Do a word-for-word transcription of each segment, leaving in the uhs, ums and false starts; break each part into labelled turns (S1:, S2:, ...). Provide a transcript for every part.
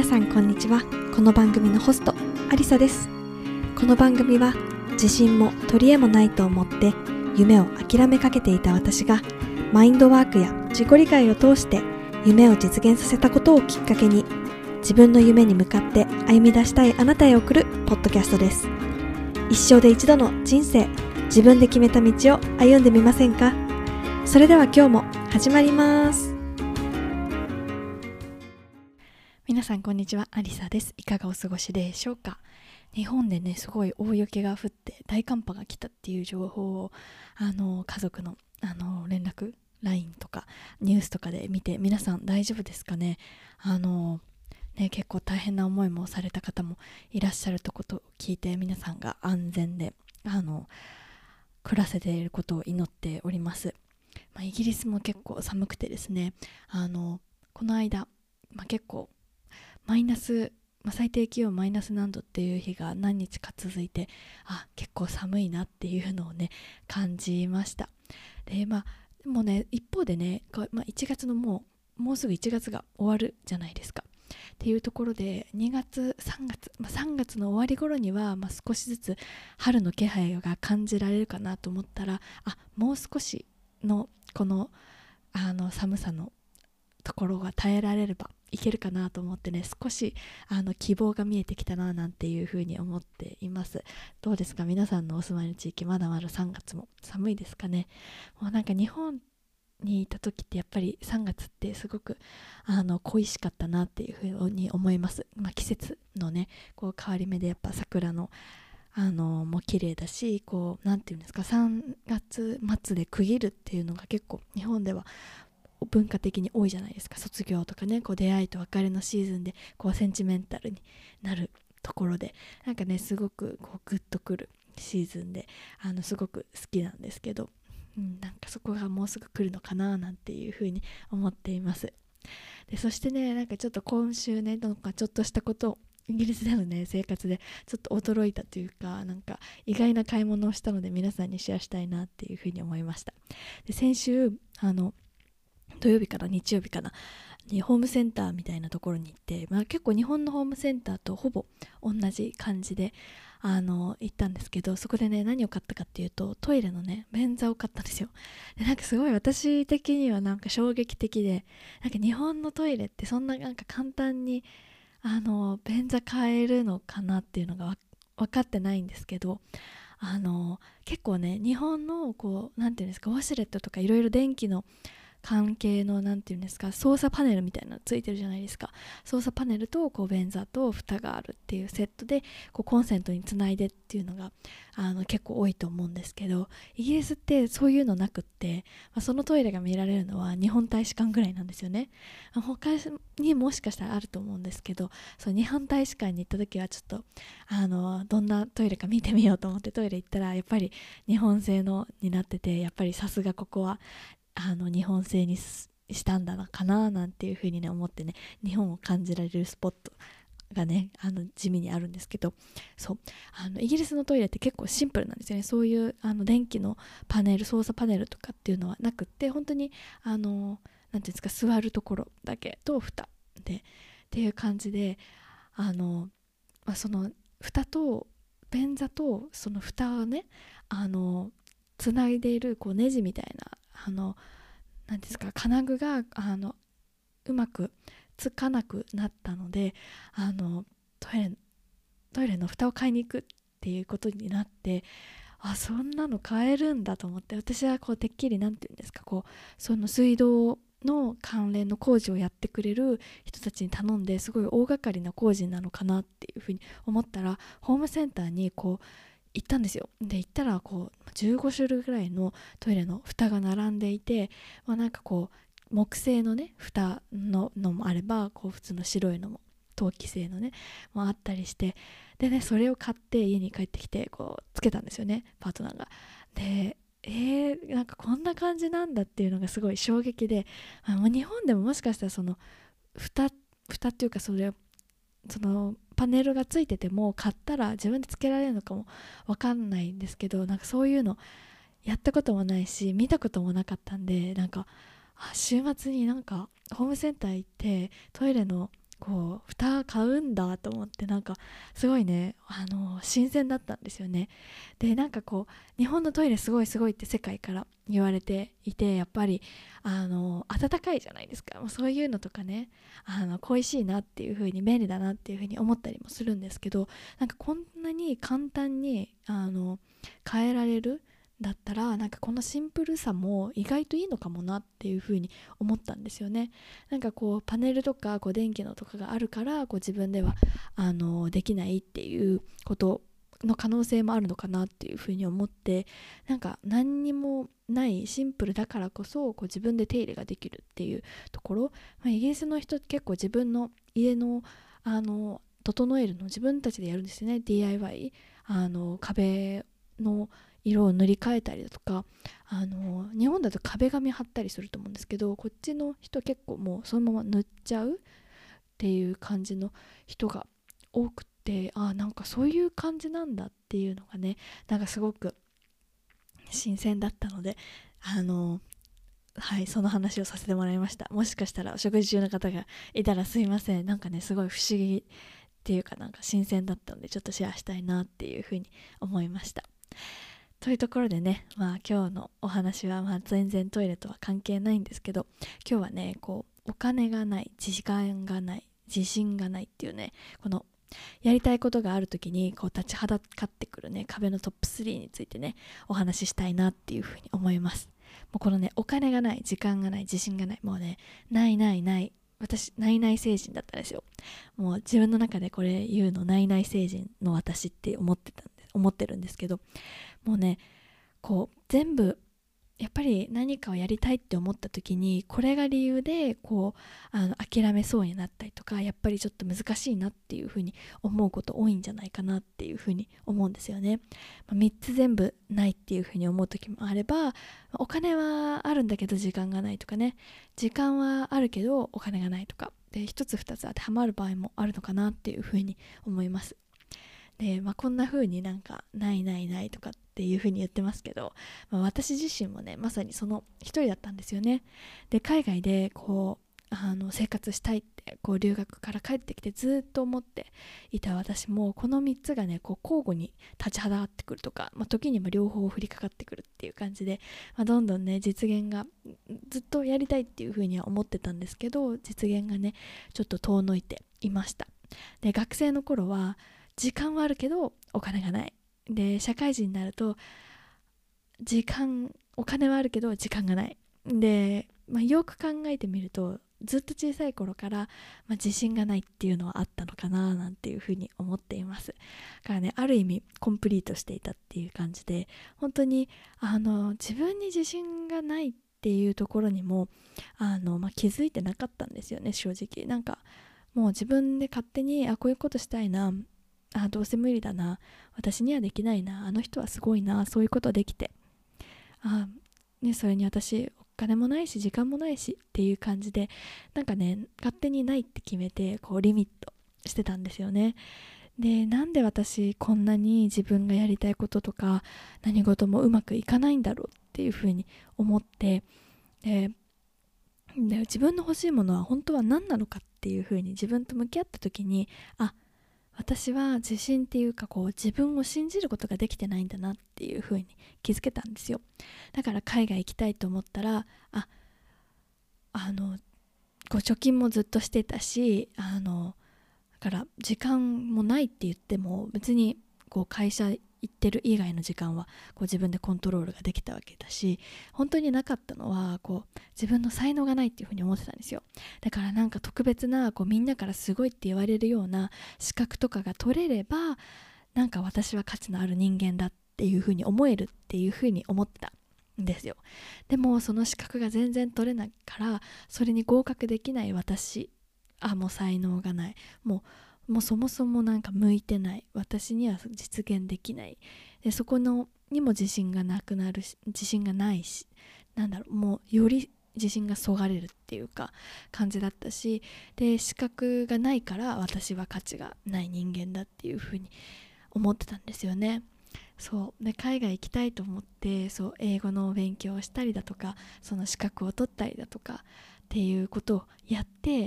S1: さんこんにちは。この番組のホストアリサです。この番組は自信も取り柄もないと思って夢を諦めかけていた私がマインドワークや自己理解を通して夢を実現させたことをきっかけに自分の夢に向かって歩み出したいあなたへ送るポッドキャストです。一生で一度の人生、自分で決めた道を歩んでみませんか？それでは今日も始まります。皆さんこんにちは、アリサです。いかがお過ごしでしょうか？日本でねすごい大雪が降って大寒波が来たっていう情報をあの家族のあの連絡 ライン とかニュースとかで見て、皆さん大丈夫ですかね？あのね結構大変な思いもされた方もいらっしゃるとことを聞いて、皆さんが安全であの暮らせていることを祈っております。まあ、イギリスも結構寒くてですね、あのこの間、まあ、結構マイナス、まあ、最低気温マイナス何度っていう日が何日か続いて、あ結構寒いなっていうのをね感じました。でまあでもね一方でね、まあ、いちがつのもうもうすぐいちがつが終わるじゃないですかっていうところで、にがつさんがつ、まあ、さんがつの終わり頃には、まあ、少しずつ春の気配が感じられるかなと思ったら、あもう少しのこのあの寒さのところが耐えられればいけるかなと思ってね、少しあの希望が見えてきたななんていうふうに思っています。どうですか、皆さんのお住まいの地域、まだまださんがつも寒いですかね？もうなんか日本にいた時ってやっぱりさんがつってすごくあの恋しかったなっていうふうに思います。まあ、季節のねこう変わり目でやっぱ桜のあのもう綺麗だし、こうなんていうんですか、さんがつ末で区切るっていうのが結構日本では文化的に多いじゃないですか。卒業とかね、こう出会いと別れのシーズンでこうセンチメンタルになるところで、なんかねすごくこうグッとくるシーズンで、あのすごく好きなんですけど、うん、なんかそこがもうすぐ来るのかななんていうふうに思っています。でそしてね、なんかちょっと今週ねなんかちょっとしたことをイギリスでのね生活でちょっと驚いたというか、なんか意外な買い物をしたので皆さんにシェアしたいなっていうふうに思いました。で先週あの土曜日から日曜日かなにホームセンターみたいなところに行って、まあ、結構日本のホームセンターとほぼ同じ感じであの行ったんですけど、そこでね何を買ったかっていうと、トイレのね便座を買ったんですよ。でなんかすごい私的にはなんか衝撃的で、なんか日本のトイレってそんななんか簡単にあの便座買えるのかなっていうのが分かってないんですけど、あの結構ね日本のこうなんていうんですか、ウォシュレットとかいろいろ電気の関係のなんていうんですか、操作パネルみたいなのついてるじゃないですか。操作パネルとこう便座と蓋があるっていうセットでこうコンセントにつないでっていうのがあの結構多いと思うんですけど、イギリスってそういうのなくって、まあ、そのトイレが見られるのは日本大使館ぐらいなんですよね。まあ、他にもしかしたらあると思うんですけど、そう日本大使館に行った時はちょっとあのどんなトイレか見てみようと思ってトイレ行ったら、やっぱり日本製のになってて、やっぱりさすがここはあの日本製にしたんだなかななんていう風にね思ってね、日本を感じられるスポットがねあの地味にあるんですけど、そうあのイギリスのトイレって結構シンプルなんですよね。そういうあの電気のパネル、操作パネルとかっていうのはなくって、本当にあのなんていうんですか、座るところだけと蓋でっていう感じで、あの、まあ、その蓋と便座とその蓋をねあのつないでいるこうネジみたいなあのなんですか金具があのうまくつかなくなったので、あのトイレトイレの蓋を買いに行くっていうことになって、あそんなの買えるんだと思って、私はこうてっきりなんていうんですか、こうその水道の関連の工事をやってくれる人たちに頼んで、すごい大掛かりな工事なのかなっていうふうに思ったら、ホームセンターにこう行ったんですよ。で行ったらこうじゅうごしゅるいぐらいのトイレの蓋が並んでいて、まあ、なんかこう木製のね蓋ののもあれば、こう普通の白いのも陶器製のねもあったりして、でねそれを買って家に帰ってきてこうつけたんですよね、パートナーが。でえー、なんかこんな感じなんだっていうのがすごい衝撃で、あもう日本でももしかしたらその蓋蓋っていうかそれそのパネルがついてても買ったら自分でつけられるのかもわかんないんですけど、なんかそういうのやったこともないし見たこともなかったんで、なんかあ週末になんかホームセンター行ってトイレのこう蓋買うんだと思って、なんかすごいね、あの新鮮だったんですよね。でなんかこう日本のトイレすごいすごいって世界から言われていて、やっぱりあの温かいじゃないですか。もうそういうのとかね、あの恋しいなっていう風に、便利だなっていう風に思ったりもするんですけど、なんかこんなに簡単にあの変えられるだったら、なんかこのシンプルさも意外といいのかもなっていう風に思ったんですよね。なんかこうパネルとかこう電気のとかがあるから、こう自分ではあのできないっていうことの可能性もあるのかなっていう風に思って、なんか何にもないシンプルだからこそこう自分で手入れができるっていうところ、まあ、イギリスの人って結構自分の家のあの整えるの自分たちでやるんですよね。 ディーアイワイ、 あの壁の色を塗り替えたりだとか、あの日本だと壁紙貼ったりすると思うんですけど、こっちの人結構もうそのまま塗っちゃうっていう感じの人が多くて、あ、なんかそういう感じなんだっていうのがね、なんかすごく新鮮だったので、あのはい、その話をさせてもらいました。もしかしたらお食事中の方がいたらすいません。なんかね、すごい不思議っていうか、なんか新鮮だったので、ちょっとシェアしたいなっていうふうに思いました。というところでね、まあ今日のお話はまあ全然トイレとは関係ないんですけど、今日はね、こうお金がない、時間がない、自信がないっていうね、このやりたいことがあるときにこう立ちはだかってくるね、壁のトップスリーについてね、お話ししたいなっていうふうに思います。もうこのね、お金がない、時間がない、自信がない、もうね、ないないない、私ないない星人だったんですよ。もう自分の中でこれ言うの、ないない星人の私って思ってたんです思ってるんですけど、もうね、こう全部やっぱり何かをやりたいって思った時に、これが理由でこうあの諦めそうになったりとか、やっぱりちょっと難しいなっていうふうに思うこと多いんじゃないかなっていうふうに思うんですよね。まあ、みっつ全部ないっていうふうに思う時もあれば、お金はあるんだけど時間がないとかね、時間はあるけどお金がないとかで、ひとつふたつ当てはまる場合もあるのかなっていうふうに思います。で、まあ、こんな風になんかないないないとかっていう風に言ってますけど、まあ、私自身もねまさにその一人だったんですよね。で、海外でこうあの生活したいってこう留学から帰ってきてずっと思っていた私も、このみっつがねこう交互に立ちはだかってくるとか、まあ、時にも両方降りかかってくるっていう感じで、まあ、どんどんね実現がずっとやりたいっていう風には思ってたんですけど、実現がねちょっと遠のいていました。で、学生の頃は時間はあるけどお金がない。で、社会人になると時間お金はあるけど時間がない。で、まあ、よく考えてみるとずっと小さい頃から、まあ、自信がないっていうのはあったのかななんていうふうに思っています。だからね、ある意味コンプリートしていたっていう感じで、本当にあの自分に自信がないっていうところにもあの、まあ、気づいてなかったんですよね、正直。なんかもう自分で勝手に、あ、こういうことしたいな、あ、どうせ無理だな、私にはできないな、あの人はすごいな、そういうことできて、あ、ね、それに私お金もないし時間もないしっていう感じで、なんかね勝手にないって決めてこうリミットしてたんですよね。で、なんで私こんなに自分がやりたいこととか何事もうまくいかないんだろうっていうふうに思って、でで自分の欲しいものは本当は何なのかっていうふうに自分と向き合った時に、あ、私は自信っていうかこう自分を信じることができてないんだなっていう風に気づけたんですよ。だから海外行きたいと思ったら、ああのこう貯金もずっとしてたし、あのだから時間もないって言っても別にこう会社行ってる以外の時間はこう自分でコントロールができたわけだし、本当になかったのはこう自分の才能がないっていうふうに思ってたんですよ。だからなんか特別なこうみんなからすごいって言われるような資格とかが取れれば、なんか私は価値のある人間だっていうふうに思えるっていうふうに思ってたんですよ。でもその資格が全然取れないから、それに合格できない私、あ、もう才能がない、もうもうそもそもなんか向いてない、私には実現できない、でそこのにも自信がなくなるし、自信がないし、なんだろう、もうより自信がそがれるっていうか感じだったし、で資格がないから私は価値がない人間だっていう風に思ってたんですよね。そうで、海外行きたいと思って、そう英語の勉強をしたりだとか、その資格を取ったりだとかっていうことをやって、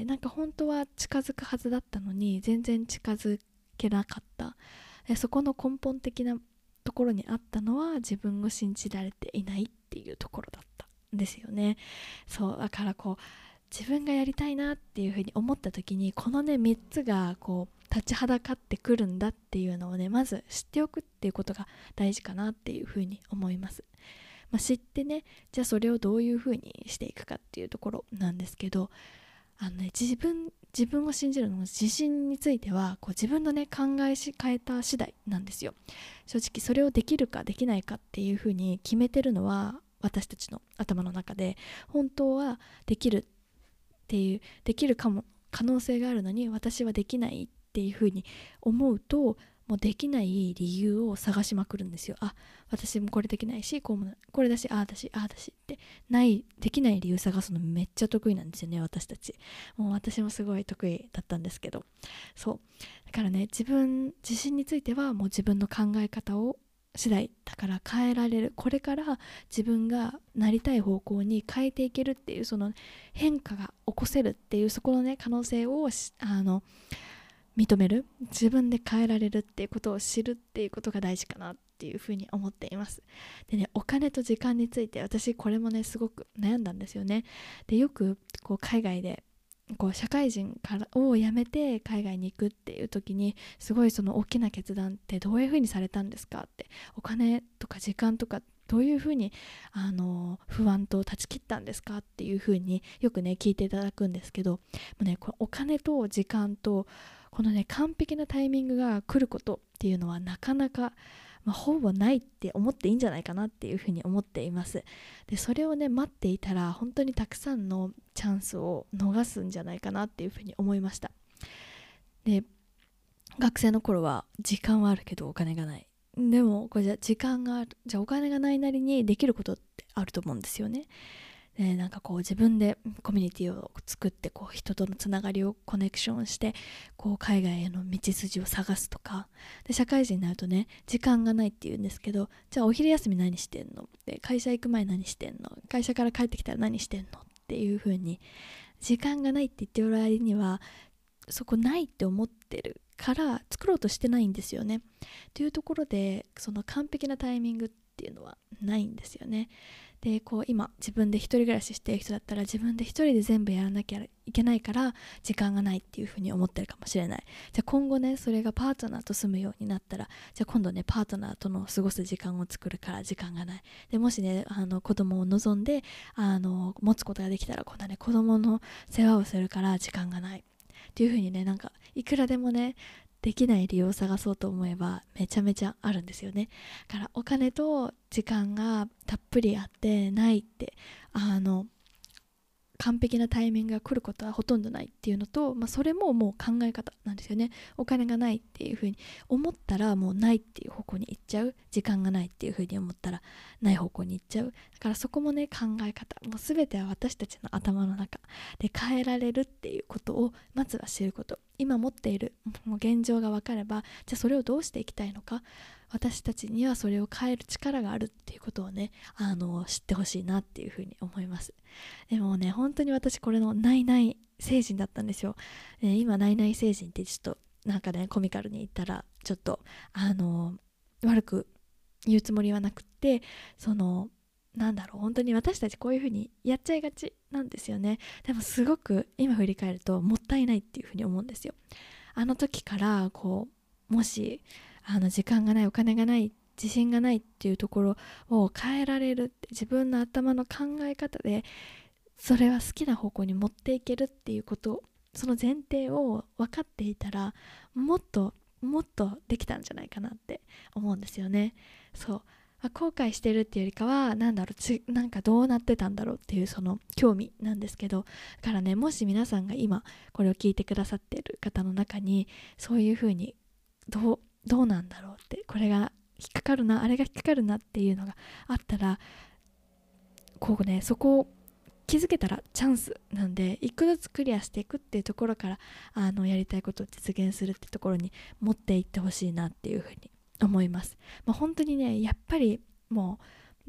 S1: なんか本当は近づくはずだったのに全然近づけなかった。でそこの根本的なところにあったのは、自分を信じられていないっていうところだったんですよね。そうだからこう自分がやりたいなっていうふうに思った時に、このねみっつがこう立ちはだかってくるんだっていうのをね、まず知っておくっていうことが大事かなっていうふうに思います。まあ、知ってね、じゃあそれをどういうふうにしていくかっていうところなんですけど、あのね、自分自分を信じるの自信についてはこう自分のね考えし変えた次第なんですよ。正直それをできるかできないかっていうふうに決めてるのは私たちの頭の中で、本当はできるっていうできるかも可能性があるのに私はできないっていうふうに思うと、もうできない理由を探しまくるんですよ。あ、私もこれできないし、こうもこれだし、ああだし、ああだしってないできない理由探すのめっちゃ得意なんですよね、私たち。もう私もすごい得意だったんですけど、そうだからね、自分自信についてはもう自分の考え方を次第だから変えられる。これから自分がなりたい方向に変えていけるっていう、その変化が起こせるっていうそこのね可能性をあの認める、自分で変えられるっていうことを知るっていうことが大事かなっていうふうに思っています。でね、お金と時間について私これもねすごく悩んだんですよね。でよくこう海外でこう社会人からを辞めて海外に行くっていう時に、すごいその大きな決断ってどういうふうにされたんですかって、お金とか時間とかどういうふうにあの不安と断ち切ったんですかっていうふうによくね聞いていただくんですけど、もうね、これお金と時間とこのね完璧なタイミングが来ることっていうのはなかなか、まあ、ほぼないって思っていいんじゃないかなっていうふうに思っています。でそれをね待っていたら本当にたくさんのチャンスを逃すんじゃないかなっていうふうに思いました。で学生の頃は時間はあるけどお金がない。でもこれじゃ時間がある、じゃあお金がないなりにできることってあると思うんですよね。でなんかこう自分でコミュニティを作ってこう人とのつながりをコネクションしてこう海外への道筋を探すとかで、社会人になるとね時間がないって言うんですけど、じゃあお昼休み何してんので、会社行く前何してんの、会社から帰ってきたら何してんのっていう風に、時間がないって言ってる割にはそこないって思ってるから作ろうとしてないんですよね。というところでその完璧なタイミングっていうのはないんですよね。でこう今自分で一人暮らししてる人だったら、自分で一人で全部やらなきゃいけないから時間がないっていうふうに思ってるかもしれない。じゃあ今後ねそれがパートナーと住むようになったら、じゃあ今度ねパートナーとの過ごす時間を作るから時間がない。でもしねあの子供を望んであの持つことができたら、今度はね子供の世話をするから時間がないっていうふうにね、なんかいくらでもねできない理由を探そうと思えばめちゃめちゃあるんですよね。だからお金と時間がたっぷりあってないってあの完璧なタイミングが来ることはほとんどないっていうのと、まあ、それももう考え方なんですよね。お金がないっていう風に思ったらもうないっていう方向に行っちゃう、時間がないっていう風に思ったらない方向に行っちゃう。だからそこもね考え方もう全ては私たちの頭の中で変えられるっていうことをまずは知ること、今持っているもう現状が分かれば、じゃあそれをどうしていきたいのか、私たちにはそれを変える力があるっていうことをねあの知ってほしいなっていうふうに思います。でもね本当に私これのないない星人だったんですよ。で今ないない星人ってちょっとなんかねコミカルに言ったらちょっとあの悪く言うつもりはなくって、そのなんだろう、本当に私たちこういうふうにやっちゃいがちなんですよね。でもすごく今振り返るともったいないっていうふうに思うんですよ。あの時からこうもしあの時間がない、お金がない、自信がないっていうところを変えられるって、自分の頭の考え方でそれは好きな方向に持っていけるっていうこと、その前提を分かっていたらもっともっとできたんじゃないかなって思うんですよね。そう後悔してるっていうよりかはなんだろうちなんかどうなってたんだろうっていうその興味なんですけど、だからねもし皆さんが今これを聞いてくださっている方の中にそういう風にどうどうなんだろうって、これが引っかかるなあれが引っかかるなっていうのがあったら、こうねそこを気づけたらチャンスなんで、一個ずつクリアしていくっていうところからあのやりたいことを実現するってところに持っていってほしいなっていうふうに思います。まあ、本当にねやっぱりもう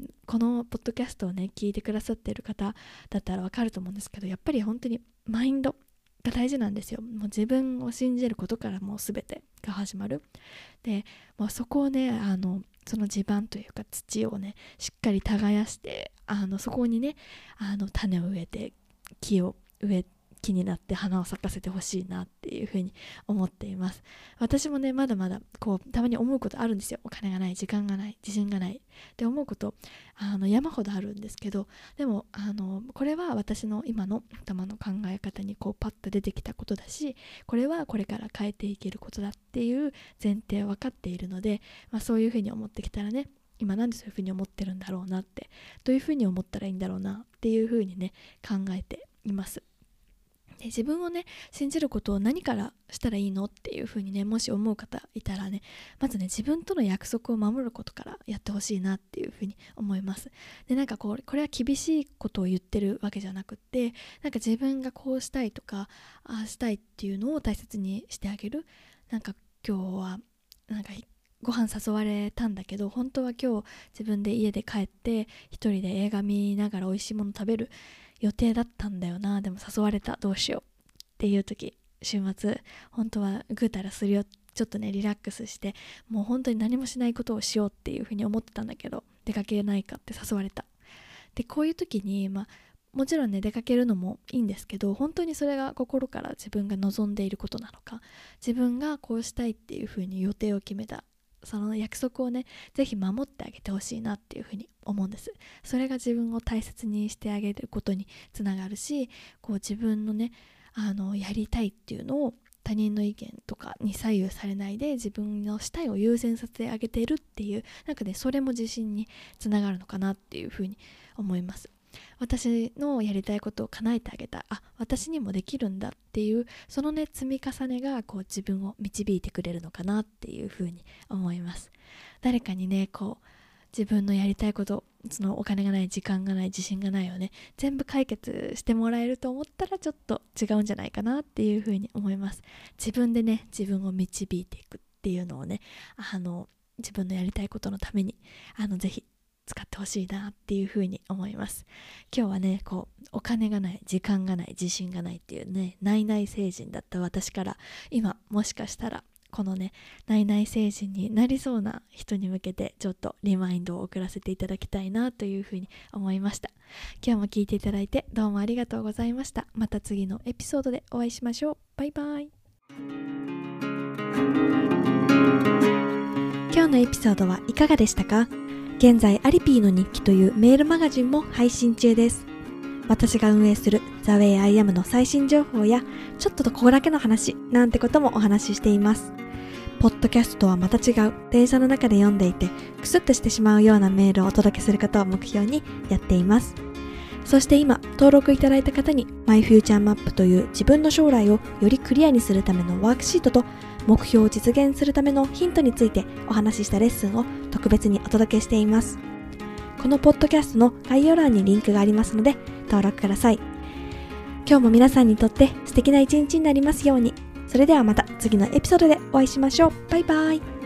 S1: このポッドキャストをね聞いてくださっている方だったらわかると思うんですけど、やっぱり本当にマインドが大事なんですよ。もう自分を信じることからもう全てが始まる。で、もうそこをねあのその地盤というか土をねしっかり耕して、あのそこにねあの種を植えて木を植え木になって花を咲かせてほしいなっていうふうに思っています。私もねまだまだこうたまに思うことあるんですよ。お金がない、時間がない、自信がないって思うことあの山ほどあるんですけど、でもあのこれは私の今の頭の考え方にこうパッと出てきたことだし、これはこれから変えていけることだっていう前提は分かっているので、まあ、そういうふうに思ってきたらね、今なんでそういうふうに思ってるんだろうなって、どういうふうに思ったらいいんだろうなっていうふうにね考えています。で、自分をね信じることを何からしたらいいのっていうふうにねもし思う方いたらね、まずね自分との約束を守ることからやってほしいなっていうふうに思います。で、なんかこうこれは厳しいことを言ってるわけじゃなくって、なんか自分がこうしたいとかああしたいっていうのを大切にしてあげる。なんか今日はなんかご飯誘われたんだけど、本当は今日自分で家で帰って一人で映画見ながら美味しいもの食べる予定だったんだよな、でも誘われた、どうしようっていう時、週末本当はぐうたらするよ、ちょっとねリラックスしてもう本当に何もしないことをしようっていうふうに思ってたんだけど、出かけないかって誘われた。で、こういう時にまあもちろんね出かけるのもいいんですけど、本当にそれが心から自分が望んでいることなのか、自分がこうしたいっていうふうに予定を決めたその約束をねぜひ守ってあげてほしいなっていうふうに思うんです。それが自分を大切にしてあげることにつながるし、こう自分のねあのやりたいっていうのを他人の意見とかに左右されないで自分のしたいを優先させてあげているっていう、なんかねそれも自信につながるのかなっていうふうに思います。私のやりたいことを叶えてあげた、あ、私にもできるんだっていうそのね積み重ねがこう自分を導いてくれるのかなっていうふうに思います。誰かにねこう自分のやりたいこと、そのお金がない、時間がない、自信がないをね全部解決してもらえると思ったらちょっと違うんじゃないかなっていうふうに思います。自分でね自分を導いていくっていうのをねあの自分のやりたいことのためにあのぜひ使ってほしいなっていうふうに思います。今日はねこうお金がない、時間がない、自信がないっていうね内々星人だった私から、今もしかしたらこのね内々星人になりそうな人に向けてちょっとリマインドを送らせていただきたいなというふうに思いました。今日も聞いていただいてどうもありがとうございました。また次のエピソードでお会いしましょう。バイバイ。今日のエピソードはいかがでしたか？現在アリピーの日記というメールマガジンも配信中です。私が運営する The Way I Am の最新情報やちょっとここだけの話なんてこともお話ししています。ポッドキャストとはまた違う電車の中で読んでいてクスッとしてしまうようなメールをお届けすることを目標にやっています。そして今登録いただいた方に My Future Map という自分の将来をよりクリアにするためのワークシートと目標を実現するためのヒントについてお話ししたレッスンを特別にお届けしています。このポッドキャストの概要欄にリンクがありますので登録ください。今日も皆さんにとって素敵な一日になりますように。それではまた次のエピソードでお会いしましょう。バイバイ。